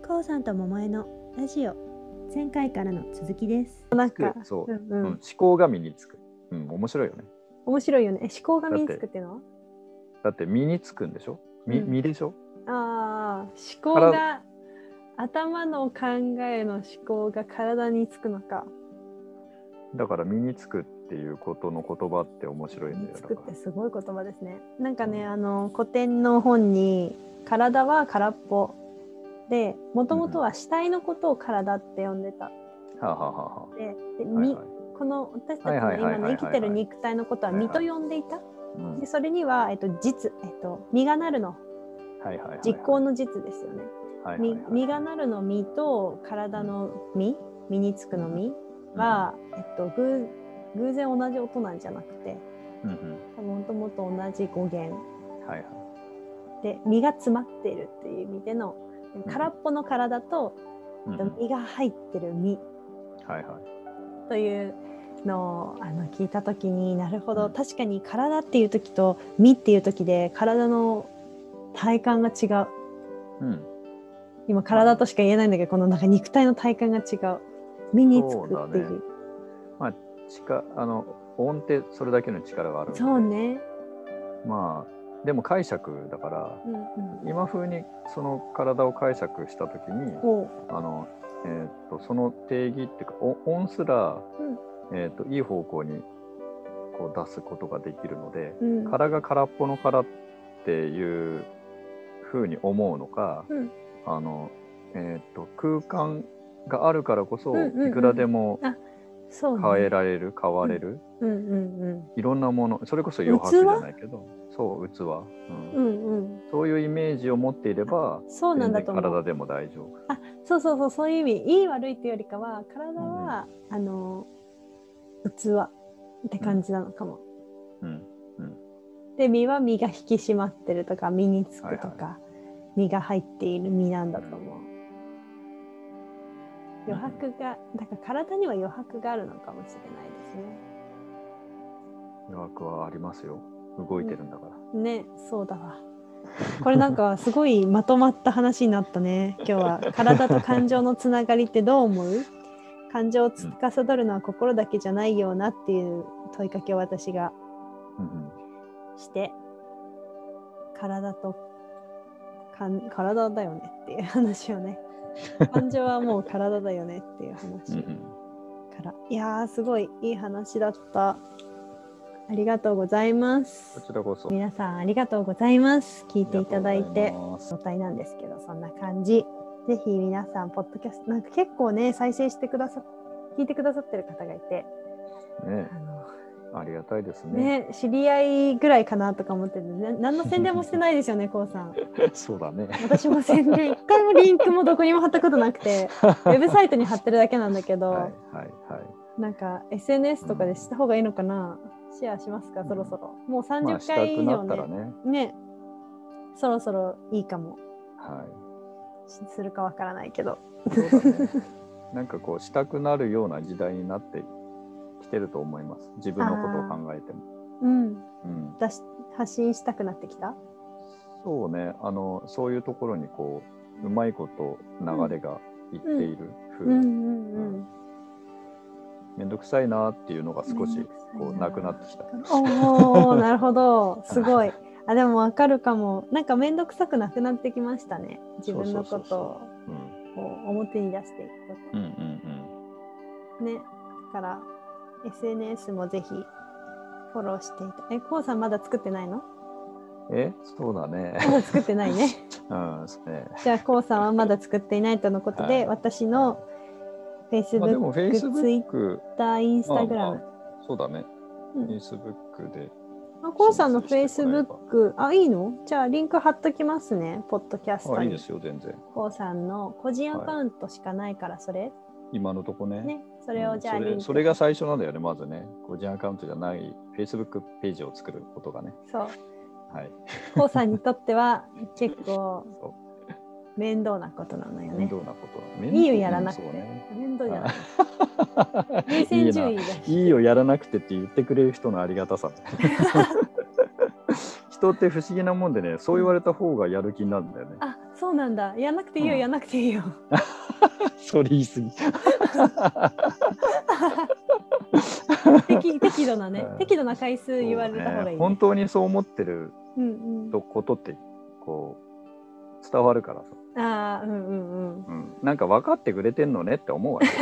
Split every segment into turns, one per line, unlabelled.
こうさんと桃江のラジオ、前回からの続きです。
なんか
そう、思考が身につく。面白いよね。
面白いよね。思考が身につくっていうのは
だって身につくんでしょ、身でしょ。
ああ、思考が頭の考えの思考が体につくのか。
だから身につくっていうことの言葉って面白いんだよ。
身につくってすごい言葉ですね。なんかね、古典の本に体は空っぽで、もともとは死体のことを体って呼んでた。で、この私たちの今の生きてる肉体のことは身と呼んでいた。でそれには、身がなるの、実行の実ですよね。身がなるの身と体の身につくの身は、偶然同じ音なんじゃなくて、もともと同じ語源、で身が詰まっているっていう意味での空っぽの体と、身が入ってる身、というのを聞いた時に、なるほど、確かに体っていう時と身っていう時で体の体感が違う。今体としか言えないんだけど、このなんか肉体の体感が違う。身につくっていう。
音ってそれだけの力があるので。
そうね。
でも解釈だから、今風にその体を解釈したときに、その定義っていうか音すら、いい方向にこう出すことができるので、殻が空っぽの殻っていう風に思うのか、空間があるからこそいくらでも変えられる、変われる、いろんなもの、それこそ余白じゃないけど、そう器、そういうイメージを持っていれば、全然体でも大丈夫。
そういう意味、いい悪いっていうよりかは、体は、器って感じなのかも。で、身は身が引き締まってるとか、身につくとか、身が入っている身なんだと思う。余白が、だから体には余白があるのかもしれないですね。
余白はありますよ。動いてるんだから。
ね、そうだわ。これなんかすごいまとまった話になったね。今日は体と感情のつながりってどう思う？感情を司るのは心だけじゃないようなっていう問いかけを私がして、体だよねっていう話をね。感情はもう体だよねっていう話から。いやー、すごいいい話だった。ありがとうございます。
こちらこそ。
皆さんありがとうございます。聞いていただいて、状態なんですけど、そんな感じ。ぜひ皆さん、ポッドキャスト、なんか結構ね、再生して聞いてくださってる方がいて。
ね、ありがたいですね。
ね、知り合いぐらいかなとか思ってて、何の宣伝もしてないですよね、こうさん。
そうだね。
私も宣伝、一回もリンクもどこにも貼ったことなくて、ウェブサイトに貼ってるだけなんだけど、なんか SNS とかでした方がいいのかな。シェアしますか、そろそろ。もう30回以上ね、そろそろいいかも。するかわからないけど。
なんかこうしたくなるような時代になってきてると思います。自分のことを考えても。
発信したくなってきた？
そうね、そういうところにこううまいこと流れがいっている風。めんどくさいなっていうのが少しこうなくなってきた。
おー、なるほど、すごい。でもわかるかも。なんかめんどくさくなくなってきましたね。自分のことを表に出していくこと。ね、だから SNS もぜひフォローしていた。こうさんまだ作ってないの？
そうだね。
まだ作ってないね。じゃあこうさんはまだ作っていないとのことで、私のFacebook、Twitter、Instagram。
そうだね。Facebook で。
こうさんの Facebook、いいの？じゃあリンク貼っときますね、ポッドキャストに。
いいですよ、全然。
こうさんの個人アカウントしかないから、それ。
今のとこね。
それをじゃあリンク。
それが最初なんだよね、まずね。個人アカウントじゃない Facebook ページを作ることがね。
そう。こうさんにとっては結構面倒なことなのよね。いいよ、やらなくて。面倒じゃない。優先順位だし。
いいよ、やらなくてって言ってくれる人のありがたさ。人って不思議なもんでね、そう言われた方がやる気になるんだよね。
そうなんだ。やんなくていいよ、やんなくていいよ。
それ言い過ぎ。
適度なね、適度な回数言われた方がいい、ね。
本当にそう思ってることってこう伝わるからさ。なんか分かってくれてんのねって思うわけ。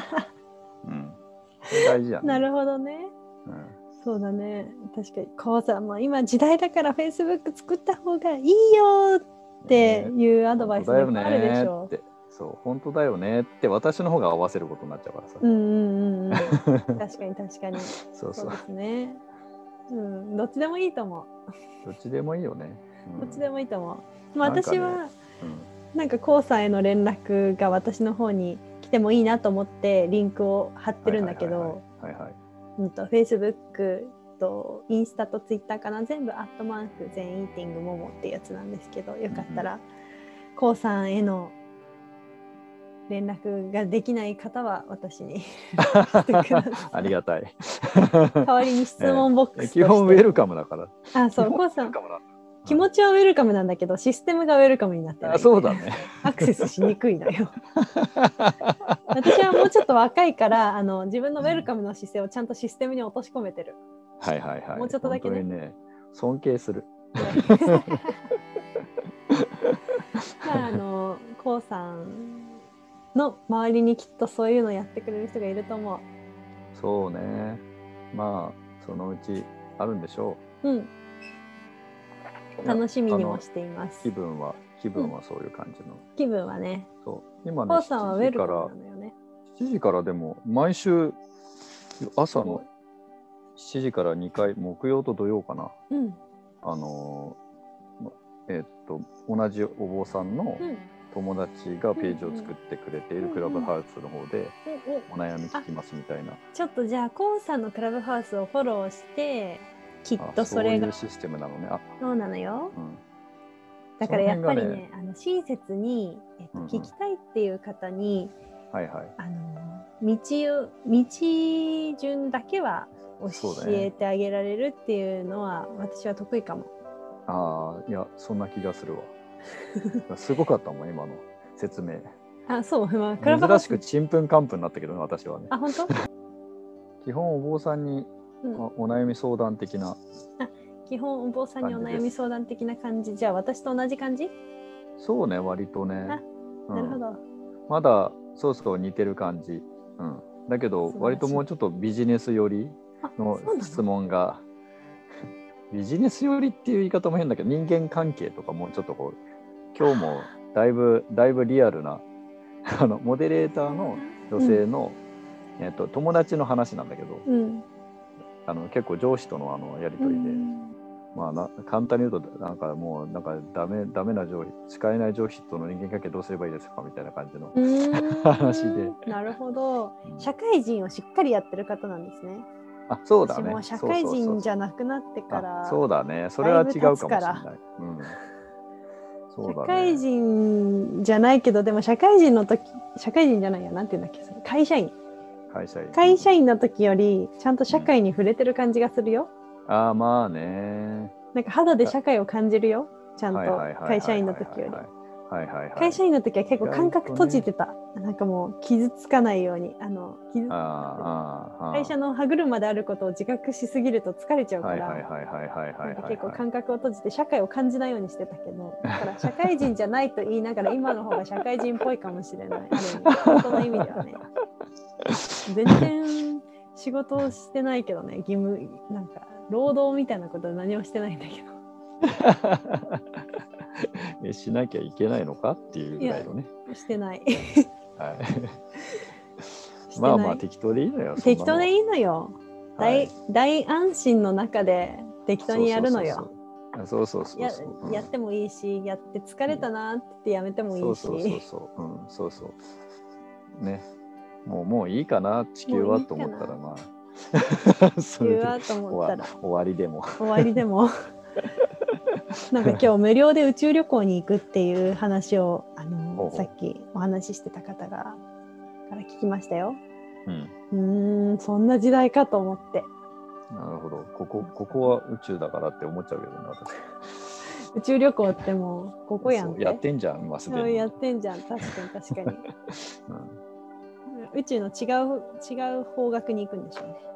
それ大事やね。
なるほどね。そうだね。確かにこうさ、今時代だから Facebook 作った方がいいよっていうアドバイスもあるでしょ。
そう本当だよねって私の方が合わせることになっちゃうからさ。
確かに確かに。
そう
ですね。どっちでもいいと思う。
どっちでもいいよね。
どっちでもいいと思う。私はなんかコウさんへの連絡が私の方に来てもいいなと思ってリンクを貼ってるんだけど、Facebook とインスタとツイッターかな、全部@全イーティングモモってやつなんですけど、よかったらコウさんへの連絡ができない方は私にしてください。
ありがたい。
代わりに質問ボックスとして、
基本ウェルカムだから。
そう、コウさん気持ちはウェルカムなんだけど、システムがウェルカムになってない。
そうだね。
アクセスしにくいのよ。私はもうちょっと若いから自分のウェルカムの姿勢をちゃんとシステムに落とし込めてる。もうちょっとだけね。
本当にね、尊敬する。
コウさんの周りにきっとそういうのやってくれる人がいると思う。
そうね。そのうちあるんでしょう。
楽しみにもしています。
気分はそういう感じの。
気分はね。
そう今ね、
コウさんはウェルカムなのよね。
7時からでも毎週朝の7時から2回、木曜と土曜かな。同じお坊さんの友達がページを作ってくれているクラブハウスの方でお悩み聞きますみたいな。
ちょっとじゃあコウさんのクラブハウスをフォローしてきっとそれが
そういうシステムなのね。
そうなのよ。だからやっぱりね、親切に、聞きたいっていう方に、道順だけは教えてあげられるっていうのは私は得意かも。
いやそんな気がするわ。すごかったもん今の説明。
そう、
珍しくちんぷんかんぷんになったけどね、私はね。
本当？
基本お坊さんにお悩み相談的な。
基本お坊さんにお悩み相談的な感じ。じゃあ私と同じ感じ？
そうね、割とね。
なるほど。
まだそう似てる感じ。だけど割ともうちょっとビジネス寄りの質問が。ビジネス寄りっていう言い方も変だけど、人間関係とかもちょっと今日もだいぶリアルなモデレーターの女性の、友達の話なんだけど、結構上司とのやり取りで、簡単に言うともうダメな上司、使えない上司との人間関係どうすればいいですかみたいな感じの話で。
なるほど。社会人をしっかりやってる方なんですね。
そうだね。
私も社会人じゃなくなってから
そうだね。それは違うかもしれない。
社会人じゃないけど、でも社会人じゃないや、なんていうんだっけ、会社員の時よりちゃんと社会に触れてる感じがするよ。
まあね。
なんか肌で社会を感じるよ、ちゃんと会社員の時より。会社員の時は結構感覚閉じてた。なんかもう傷つかないように会社の歯車であることを自覚しすぎると疲れちゃうから結構感覚を閉じて社会を感じないようにしてたけど、だから社会人じゃないと言いながら今の方が社会人っぽいかもしれない。本当の意味ではね。全然仕事をしてないけどね、なんか労働みたいなことは何もしてないんだけど。
しなきゃいけないのかっていうぐらいのね。
してない。
適当でいいのよ。
適当でいいのよ。大安心の中で適当にやるのよ。やってもいいし、やって疲れたなってやめてもいいし。
ね。もういいかな、地球はと思ったら
地球はと思ったら
終わりでも。
なんか今日無料で宇宙旅行に行くっていう話をさっきお話ししてた方から聞きましたよ。そんな時代かと思って。
なるほど。ここは宇宙だからって思っちゃうけどね、私。
宇宙旅行ってもうここやんって。
やってんじゃん、今すでに。
やってんじゃん、確かに確かに。宇宙の違う方角に行くんでしょうね。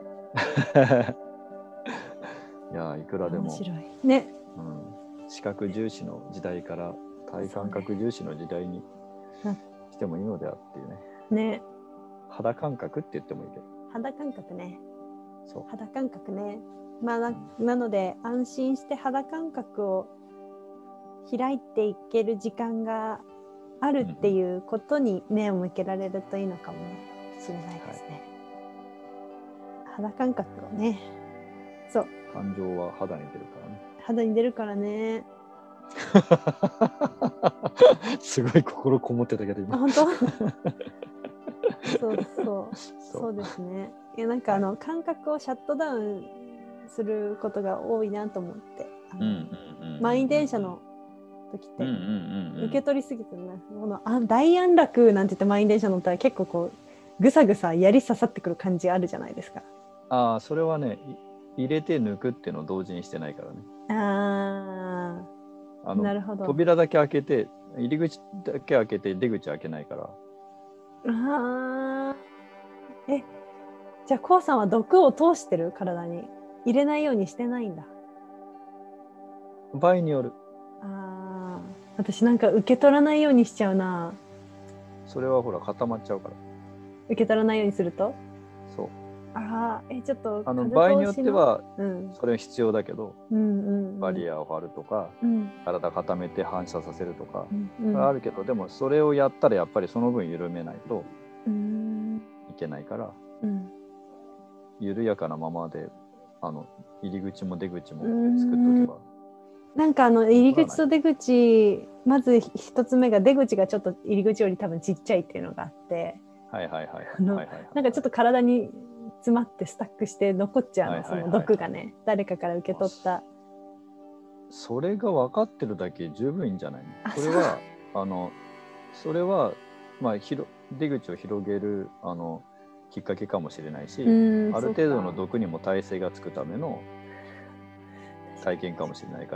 いや、いくらでも。
面白い。ね。
視覚重視の時代から体感覚重視の時代にしてもいいのではっていうね。
ね。
肌感覚って言ってもいいけど。
肌感覚ね。
そう。
肌感覚ね。まあなので安心して肌感覚を開いていける時間があるっていうことに目を向けられるといいのかもしれないですね。肌感覚をね。そう。
感情は肌に出るからね。
肌に出るからね。
すごい心こもってたけど今。
本当？そうですね。なんか感覚をシャットダウンすることが多いなと思って、満員電車の時って受け取りすぎてね、大安楽なんて言って満員電車乗ったら結構こうぐさぐさ槍刺さってくる感じあるじゃないですか。
ああ、それはね、入れて抜くっていうのを同時にしてないからね。なるほど。扉だけ開けて、入り口だけ開けて出口開けないから。
じゃあ KOO さんは毒を通してる？体に入れないようにしてないんだ。
場合による。
私なんか受け取らないようにしちゃうな。
それはほら固まっちゃうから。
受け取らないようにすると？
そう。
ちょっと
場合によってはそれは必要だけど、バリアを張るとか、体固めて反射させるとか、あるけど、でもそれをやったらやっぱりその分緩めないといけないから、緩やかなままで入り口も出口も作っておけば。
なんか入り口と出口、まず一つ目が出口がちょっと入り口より多分ちっちゃいっていうのがあって、なんかちょっと体に詰まってスタックして残っちゃうの、その毒がね、誰かから受け取った。
それが分かってるだけ十分いいんじゃないの？それはまあ出口を広げるきっかけかもしれないし、ある程度の毒にも耐性がつくための体験かもしれないから。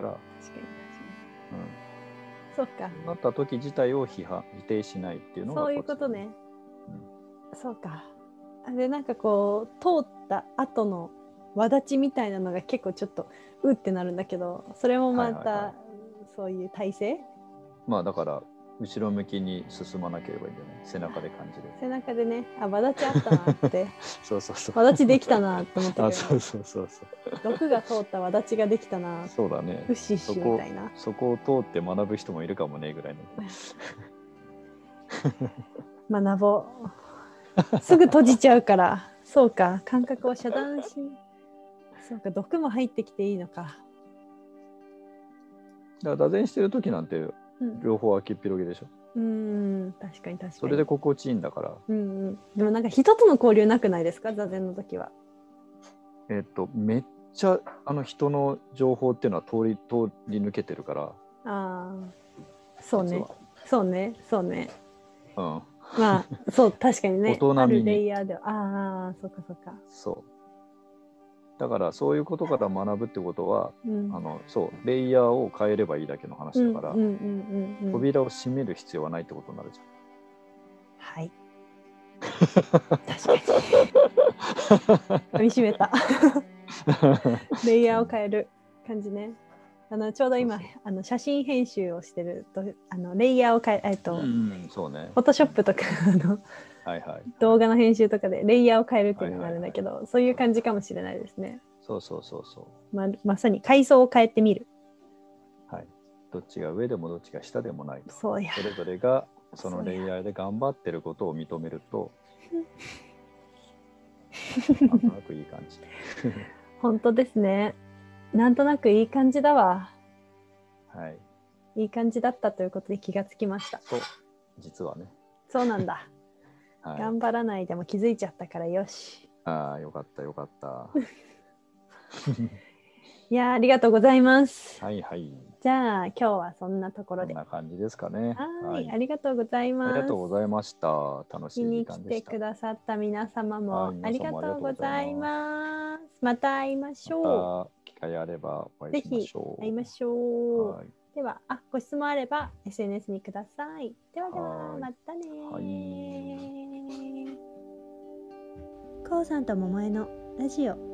そうか。
なった時自体を否定しないっていうのが
そういうことね。そうか。でなんかこう通った後の轍みたいなのが結構ちょっとうってなるんだけど、それもまたそういう体勢？
まあだから後ろ向きに進まなければいいんじゃない？背中で感じる。
背中でね、轍あったなって
そう
轍できたなって思ったけど、
そう
毒が通った轍ができたな。
そうだね。
フッシッシュみたいな。
そこを通って学ぶ人もいるかもねぐらい
の学ぼう。すぐ閉じちゃうから。そうか、感覚を遮断し、そうか、毒も入ってきていいのか。
だから座禅してる時なんて両方開きっぴろげでしょ。
確かに。
それで心地いいんだから。
でもなんか人との交流なくないですか、座禅の時は。
めっちゃ人の情報っていうのは通り抜けてるから。
そうね。
ま
あそう、確かにね。
大人に
あるレイヤーでは。そうか。
そう。だからそういうことから学ぶってことは、そうレイヤーを変えればいいだけの話だから、扉を閉める必要はないってことになるじゃん。
はい。確かに。噛み締めた。レイヤーを変える感じね。ちょうど今写真編集をしてるとレイヤーを変え
そうね。
フォトショップとか動画の編集とかでレイヤーを変えるっていうのがあるんだけど、そういう感じかもしれないですね。
そう。
まさに階層を変えてみる。
はい。どっちが上でもどっちが下でもないと。
それ
ぞれがそのレイヤーで頑張ってることを認めると、なんとなくいい感じ。
本当ですね。なんとなくいい感じだわ。
はい。
いい感じだったということで気がつきました。
そう、実はね。
そうなんだ。頑張らないでも気づいちゃったからよし。
よかった。
いや、ありがとうございます。
はい。
じゃあ今日はそんなところで。
こんな感じですかね。
はい、ありがとうございます。
ありがとうございました。楽しい時間でした。
見に来てくださった皆様もありがとうございます。また会いましょう。
会あればお会いしましょう。
ぜひ会いましょう。
はい、
では、ご質問あれば SNS にください。ではでは、またね。
はい。
こうさんと桃江のラジオ